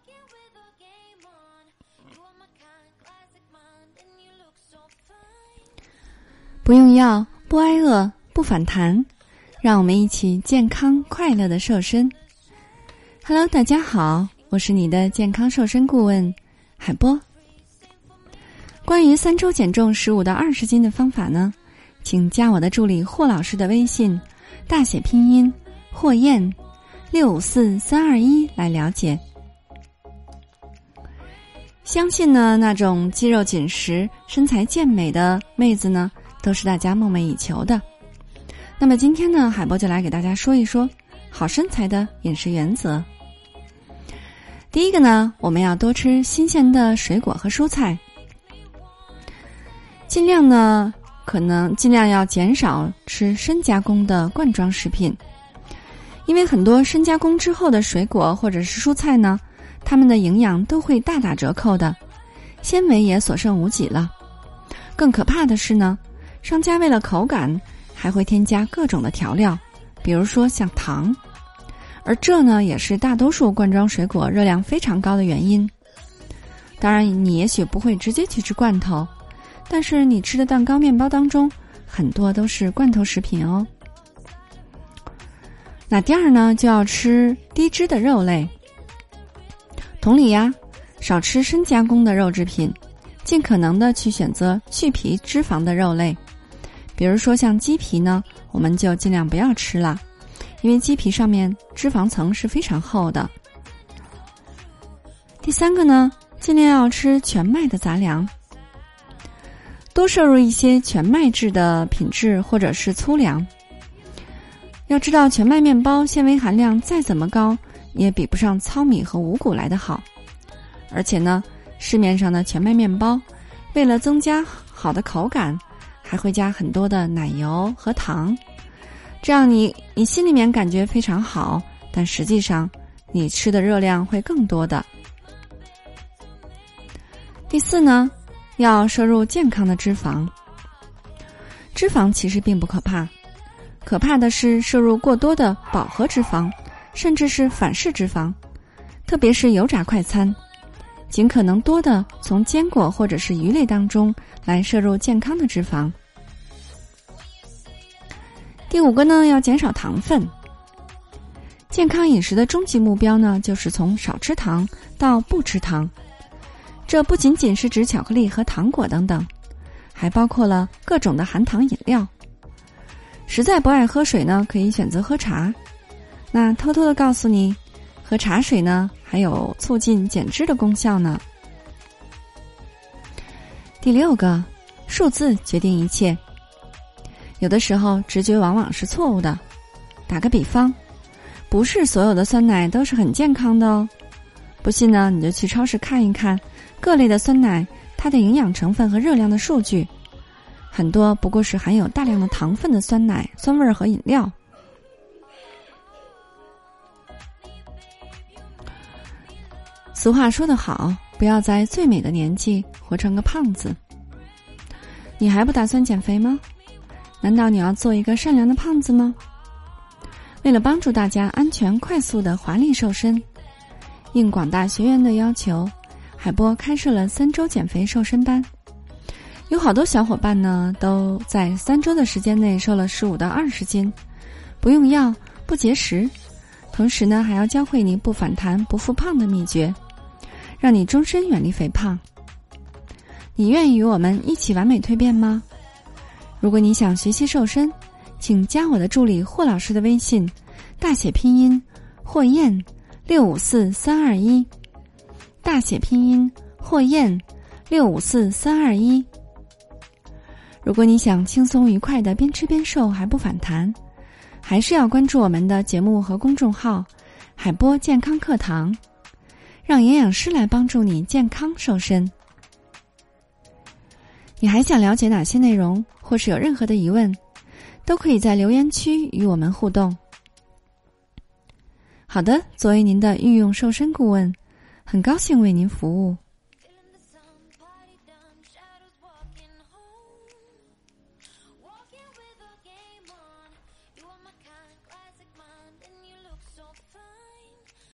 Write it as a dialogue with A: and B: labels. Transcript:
A: 不用药，不挨饿，不反弹，让我们一起健康快乐的瘦身。Hello， 大家好，我是你的健康瘦身顾问海波。关于3周减重15到20斤的方法呢，请加我的助理霍老师的微信，大写拼音霍燕654321来了解。相信呢，那种肌肉紧实、身材健美的妹子呢，都是大家梦寐以求的。那么今天呢，海波就来给大家说一说好身材的饮食原则。第一个呢，我们要多吃新鲜的水果和蔬菜，尽量要减少吃深加工的罐装食品，因为很多深加工之后的水果或者是蔬菜呢，它们的营养都会大打折扣的，纤维也所剩无几了。更可怕的是呢，商家为了口感还会添加各种的调料，比如说像糖，而这呢也是大多数罐装水果热量非常高的原因。当然你也许不会直接去吃罐头，但是你吃的蛋糕面包当中很多都是罐头食品哦。那第二呢，就要吃低脂的肉类。同理呀，少吃深加工的肉制品，尽可能的去选择去皮脂肪的肉类。比如说像鸡皮呢，我们就尽量不要吃了，因为鸡皮上面脂肪层是非常厚的。第三个呢，尽量要吃全麦的杂粮，多摄入一些全麦质的品质或者是粗粮。要知道全麦面包纤维含量再怎么高，也比不上糙米和五谷来得好。而且呢，市面上的全麦面包为了增加好的口感，还会加很多的奶油和糖，这样你心里面感觉非常好，但实际上你吃的热量会更多的。第四呢，要摄入健康的脂肪。脂肪其实并不可怕，可怕的是摄入过多的饱和脂肪，甚至是反式脂肪，特别是油炸快餐。尽可能多的从坚果或者是鱼类当中来摄入健康的脂肪。第五个呢，要减少糖分。健康饮食的终极目标呢，就是从少吃糖到不吃糖。这不仅仅是指巧克力和糖果等等，还包括了各种的含糖饮料。实在不爱喝水呢，可以选择喝茶。那偷偷的告诉你，喝茶水呢，还有促进减脂的功效呢。第六个，数字决定一切。有的时候直觉往往是错误的。打个比方，不是所有的酸奶都是很健康的哦。不信呢，你就去超市看一看各类的酸奶，它的营养成分和热量的数据，很多不过是含有大量的糖分的酸奶、酸味和饮料。俗话说得好，不要在最美的年纪活成个胖子。你还不打算减肥吗？难道你要做一个善良的胖子吗？为了帮助大家安全快速的华丽瘦身，应广大学员的要求，海波开设了3周减肥瘦身班。有好多小伙伴呢，都在3周的时间内瘦了15到20斤，不用药，不节食，同时呢，还要教会你不反弹、不复胖的秘诀，让你终身远离肥胖。你愿意与我们一起完美蜕变吗？如果你想学习瘦身，请加我的助理霍老师的微信，大写拼音霍燕654321，大写拼音霍燕654321。如果你想轻松愉快的边吃边瘦还不反弹，还是要关注我们的节目和公众号海波健康课堂，让营养师来帮助你健康瘦身。你还想了解哪些内容，或是有任何的疑问，都可以在留言区与我们互动。好的，作为您的御用瘦身顾问，很高兴为您服务。